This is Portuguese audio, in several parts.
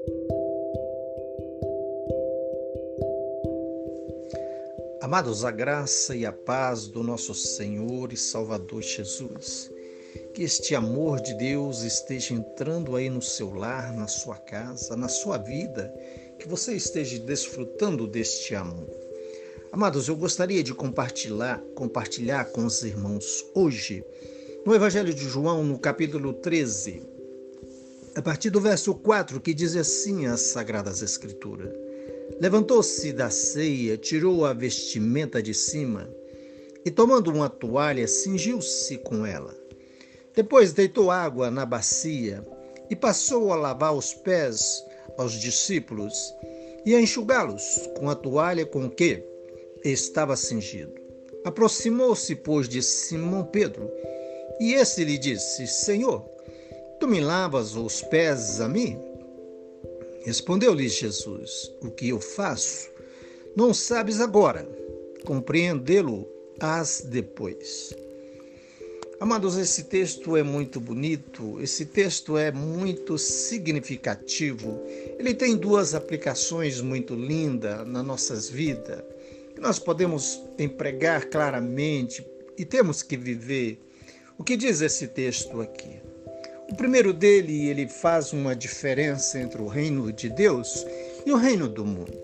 Amados, a graça e a paz do nosso Senhor e Salvador Jesus. Que este amor de Deus esteja entrando aí no seu lar, na sua casa, na sua vida, que você esteja desfrutando deste amor. Amados, eu gostaria de compartilhar com os irmãos hoje, no Evangelho de João, no capítulo 13, a partir do verso 4, que diz assim as Sagradas Escrituras. Levantou-se da ceia, tirou a vestimenta de cima e, tomando uma toalha, cingiu-se com ela. Depois deitou água na bacia e passou a lavar os pés aos discípulos e a enxugá-los com a toalha com que estava cingido. Aproximou-se, pois, de Simão Pedro e esse lhe disse: Senhor, tu me lavas os pés a mim? Respondeu-lhe Jesus: O que eu faço, não sabes agora, compreendê-lo-ás depois. Amados, esse texto é muito bonito, esse texto é muito significativo. Ele tem duas aplicações muito lindas nas nossas vidas, que nós podemos empregar claramente e temos que viver. O que diz esse texto aqui? O primeiro dele, ele faz uma diferença entre o reino de Deus e o reino do mundo.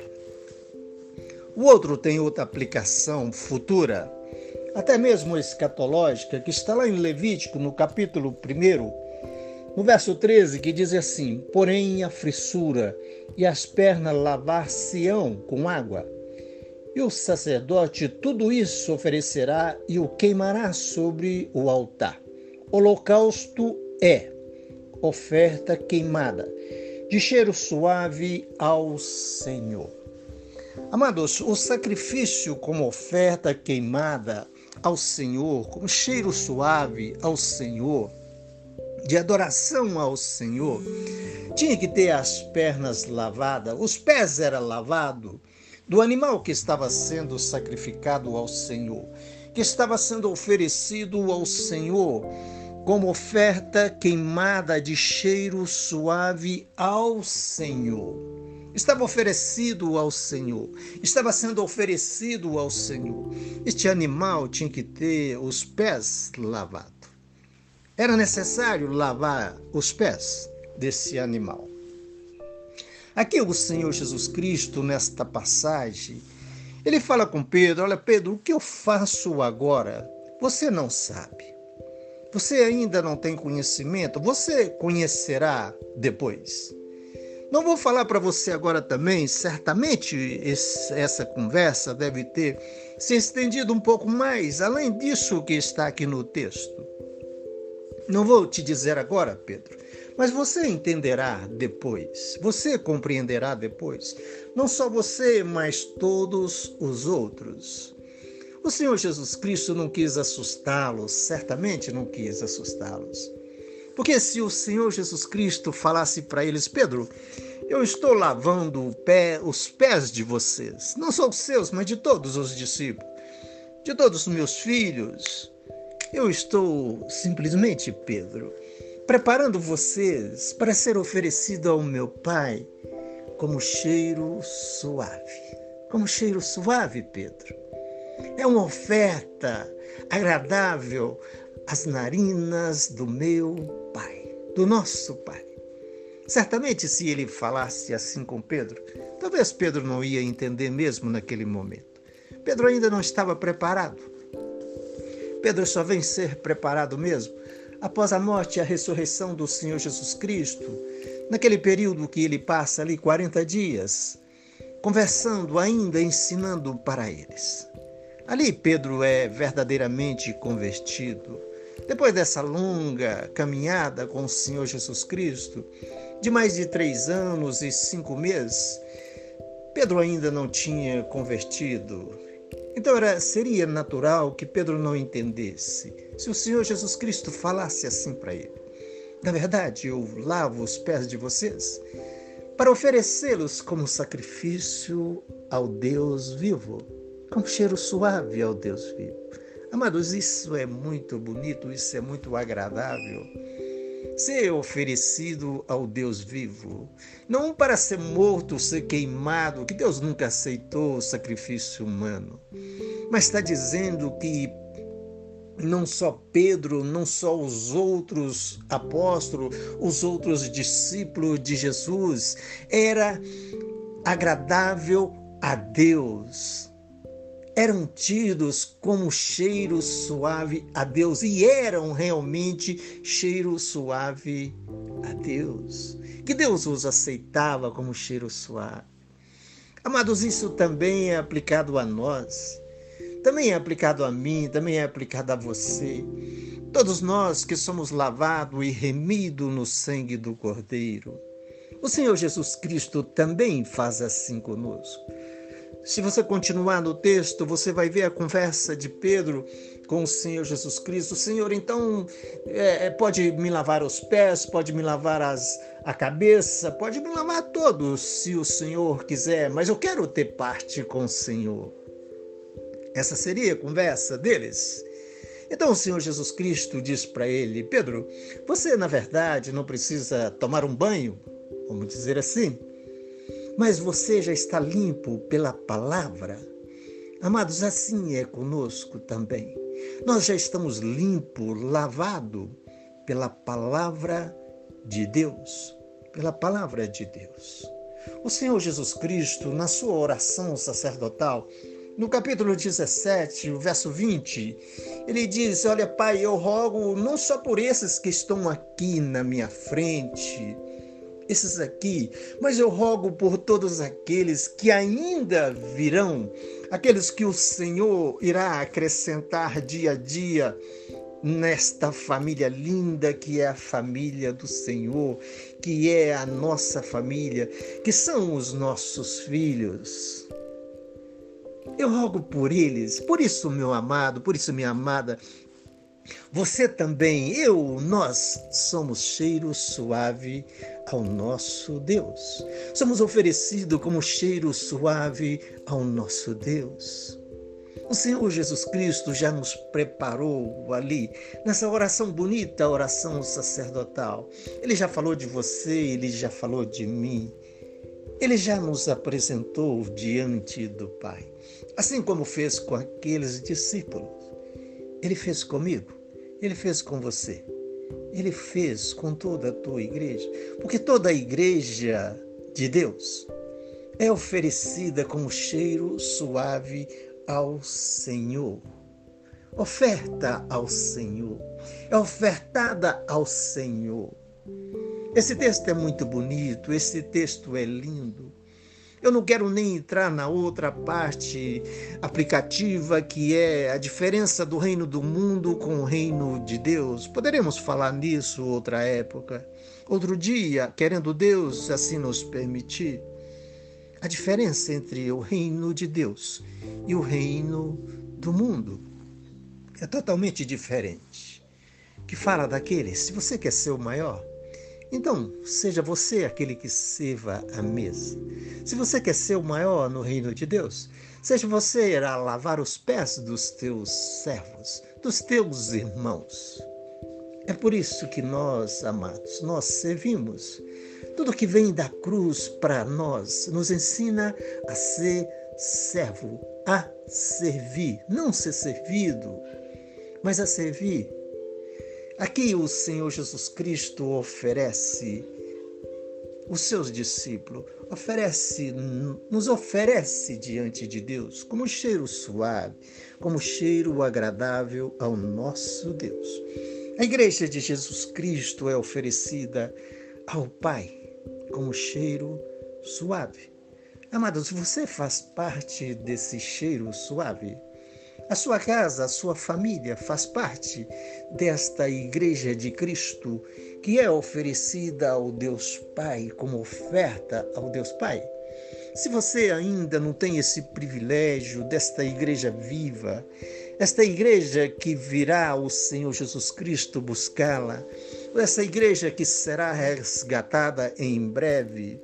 O outro tem outra aplicação futura, até mesmo escatológica, que está lá em Levítico, no capítulo 1, no verso 13, que diz assim: Porém a frissura e as pernas lavar-se-ão com água, e o sacerdote tudo isso oferecerá e o queimará sobre o altar. Holocausto é oferta queimada, de cheiro suave ao Senhor. Amados, o sacrifício como oferta queimada ao Senhor, como cheiro suave ao Senhor, de adoração ao Senhor, tinha que ter as pernas lavadas, os pés eram lavados do animal que estava sendo sacrificado ao Senhor, que estava sendo oferecido ao Senhor, como oferta queimada de cheiro suave ao Senhor. Estava oferecido ao Senhor, estava sendo oferecido ao Senhor. Este animal tinha que ter os pés lavados. Era necessário lavar os pés desse animal. Aqui o Senhor Jesus Cristo, nesta passagem, ele fala com Pedro: olha, Pedro, o que eu faço agora, você não sabe. Você ainda não tem conhecimento, você conhecerá depois. Não vou falar para você agora também, certamente essa conversa deve ter se estendido um pouco mais, além disso que está aqui no texto. Não vou te dizer agora, Pedro, mas você entenderá depois, você compreenderá depois. Não só você, mas todos os outros. O Senhor Jesus Cristo não quis assustá-los, certamente não quis assustá-los. Porque se o Senhor Jesus Cristo falasse para eles: Pedro, eu estou lavando os pés de vocês, não só os seus, mas de todos os discípulos, de todos os meus filhos, eu estou simplesmente, Pedro, preparando vocês para ser oferecido ao meu Pai como cheiro suave. Como cheiro suave, Pedro. É uma oferta agradável às narinas do meu Pai, do nosso Pai. Certamente, se ele falasse assim com Pedro, talvez Pedro não ia entender mesmo naquele momento. Pedro ainda não estava preparado. Pedro só vem ser preparado mesmo após a morte e a ressurreição do Senhor Jesus Cristo, naquele período que ele passa ali 40 dias, conversando ainda, ensinando para eles. Ali Pedro é verdadeiramente convertido. Depois dessa longa caminhada com o Senhor Jesus Cristo, de mais de 3 anos e 5 meses, Pedro ainda não tinha convertido. Então seria natural que Pedro não entendesse se o Senhor Jesus Cristo falasse assim para ele: na verdade, eu lavo os pés de vocês para oferecê-los como sacrifício ao Deus vivo, como cheiro suave ao Deus vivo. Amados, isso é muito bonito, isso é muito agradável. ser oferecido ao Deus vivo, não para ser morto, ser queimado, que Deus nunca aceitou o sacrifício humano, mas está dizendo que não só Pedro, não só os outros apóstolos, os outros discípulos de Jesus, era agradável a Deus. Eram tidos como cheiro suave a Deus e eram realmente cheiro suave a Deus. Que Deus os aceitava como cheiro suave. Amados, isso também é aplicado a nós. Também é aplicado a mim, também é aplicado a você. Todos nós que somos lavados e remidos no sangue do Cordeiro. O Senhor Jesus Cristo também faz assim conosco. Se você continuar no texto, você vai ver a conversa de Pedro com o Senhor Jesus Cristo. O Senhor, então, pode me lavar os pés, pode me lavar a cabeça, pode me lavar todos, se o Senhor quiser, mas eu quero ter parte com o Senhor. Essa seria a conversa deles. Então o Senhor Jesus Cristo diz para ele: Pedro, você na verdade não precisa tomar um banho, vamos dizer assim, mas você já está limpo pela palavra. Amados, assim é conosco também. Nós já estamos limpos, lavados pela palavra de Deus. Pela palavra de Deus. O Senhor Jesus Cristo, na sua oração sacerdotal, no capítulo 17, o verso 20, ele diz: olha, Pai, eu rogo não só por esses que estão aqui na minha frente, esses aqui, mas eu rogo por todos aqueles que ainda virão, aqueles que o Senhor irá acrescentar dia a dia nesta família linda que é a família do Senhor, que é a nossa família, que são os nossos filhos. Eu rogo por eles, por isso, meu amado, por isso, minha amada, você também, nós somos cheiro suave ao nosso Deus. Somos oferecidos como cheiro suave ao nosso Deus. O Senhor Jesus Cristo já nos preparou ali, nessa oração bonita, a oração sacerdotal. Ele já falou de você, ele já falou de mim. Ele já nos apresentou diante do Pai. Assim como fez com aqueles discípulos. Ele fez comigo, ele fez com você. Ele fez com toda a tua igreja. Porque toda a igreja de Deus é oferecida como cheiro suave ao Senhor. Oferta ao Senhor. É ofertada ao Senhor. Esse texto é muito bonito, esse texto é lindo. Eu não quero nem entrar na outra parte aplicativa, que é a diferença do reino do mundo com o reino de Deus. Poderemos falar nisso outra época, outro dia, querendo Deus assim nos permitir. A diferença entre o reino de Deus e o reino do mundo é totalmente diferente. Que fala daquele, se você quer ser o maior, então, seja você aquele que sirva a mesa. Se você quer ser o maior no reino de Deus, seja você a lavar os pés dos teus servos, dos teus irmãos. É por isso que nós, amados, nós servimos. Tudo que vem da cruz para nós nos ensina a ser servo, a servir, não ser servido, mas a servir. Aqui o Senhor Jesus Cristo oferece os seus discípulos, nos oferece diante de Deus como cheiro suave, como cheiro agradável ao nosso Deus. A igreja de Jesus Cristo é oferecida ao Pai como cheiro suave. Amados, você faz parte desse cheiro suave? A sua casa, a sua família faz parte desta igreja de Cristo que é oferecida ao Deus Pai, como oferta ao Deus Pai. Se você ainda não tem esse privilégio desta igreja viva, esta igreja que virá o Senhor Jesus Cristo buscá-la, essa igreja que será resgatada em breve,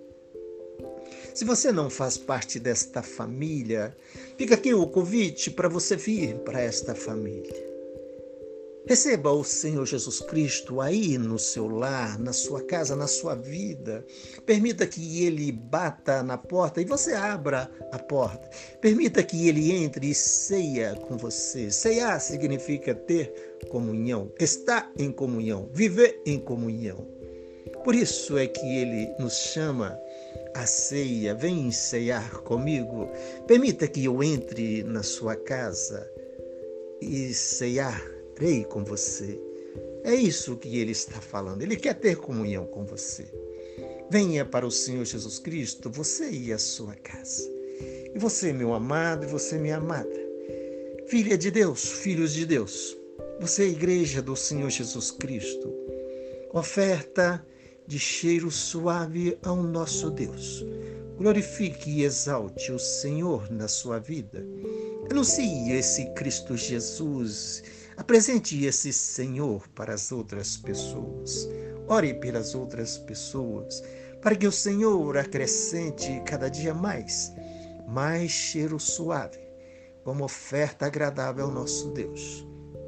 se você não faz parte desta família, fica aqui o convite para você vir para esta família. Receba o Senhor Jesus Cristo aí no seu lar, na sua casa, na sua vida. Permita que Ele bata na porta e você abra a porta. Permita que Ele entre e ceia com você. Ceiar significa ter comunhão, estar em comunhão, viver em comunhão. Por isso é que Ele nos chama à ceia. Vem ceiar comigo. Permita que eu entre na sua casa e cearei com você. É isso que Ele está falando. Ele quer ter comunhão com você. Venha para o Senhor Jesus Cristo, você e a sua casa. E você, meu amado, e você, minha amada. Filha de Deus, filhos de Deus. Você é a igreja do Senhor Jesus Cristo. Oferta de cheiro suave ao nosso Deus. Glorifique e exalte o Senhor na sua vida. Anuncie esse Cristo Jesus. Apresente esse Senhor para as outras pessoas. Ore pelas outras pessoas, para que o Senhor acrescente cada dia mais cheiro suave, como oferta agradável ao nosso Deus.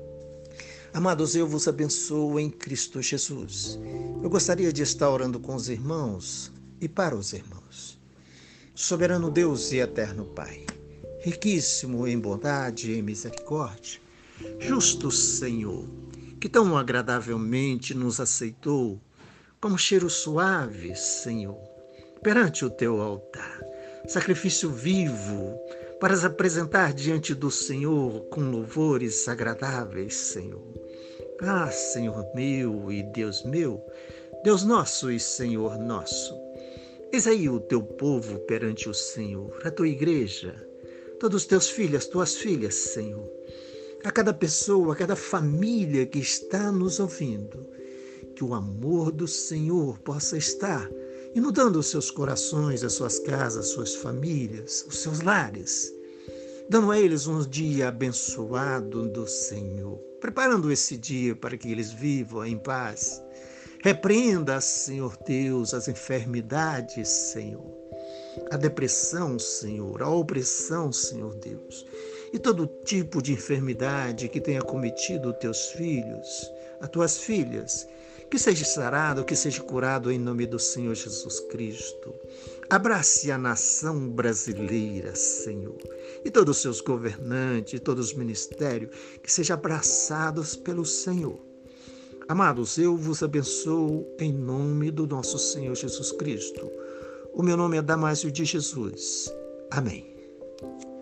Amados, eu vos abençoo em Cristo Jesus. Eu gostaria de estar orando com os irmãos e para os irmãos. Soberano Deus e eterno Pai, riquíssimo em bondade e em misericórdia, justo Senhor, que tão agradavelmente nos aceitou como cheiro suave, Senhor, perante o teu altar, sacrifício vivo, para as apresentar diante do Senhor com louvores agradáveis, Senhor. Ah, Senhor meu e Deus meu, Deus nosso e Senhor nosso, eis aí o teu povo perante o Senhor, a tua igreja, todos os teus filhos, tuas filhas, Senhor, a cada pessoa, a cada família que está nos ouvindo, que o amor do Senhor possa estar inundando os seus corações, as suas casas, as suas famílias, os seus lares, dando a eles um dia abençoado do Senhor, preparando esse dia para que eles vivam em paz. Repreenda, Senhor Deus, as enfermidades, Senhor, a depressão, Senhor, a opressão, Senhor Deus, e todo tipo de enfermidade que tenha cometido os teus filhos, as tuas filhas, que seja sarado, que seja curado em nome do Senhor Jesus Cristo. Abrace a nação brasileira, Senhor, e todos os seus governantes, todos os ministérios, que sejam abraçados pelo Senhor. Amados, eu vos abençoo em nome do nosso Senhor Jesus Cristo. O meu nome é Damásio de Jesus. Amém.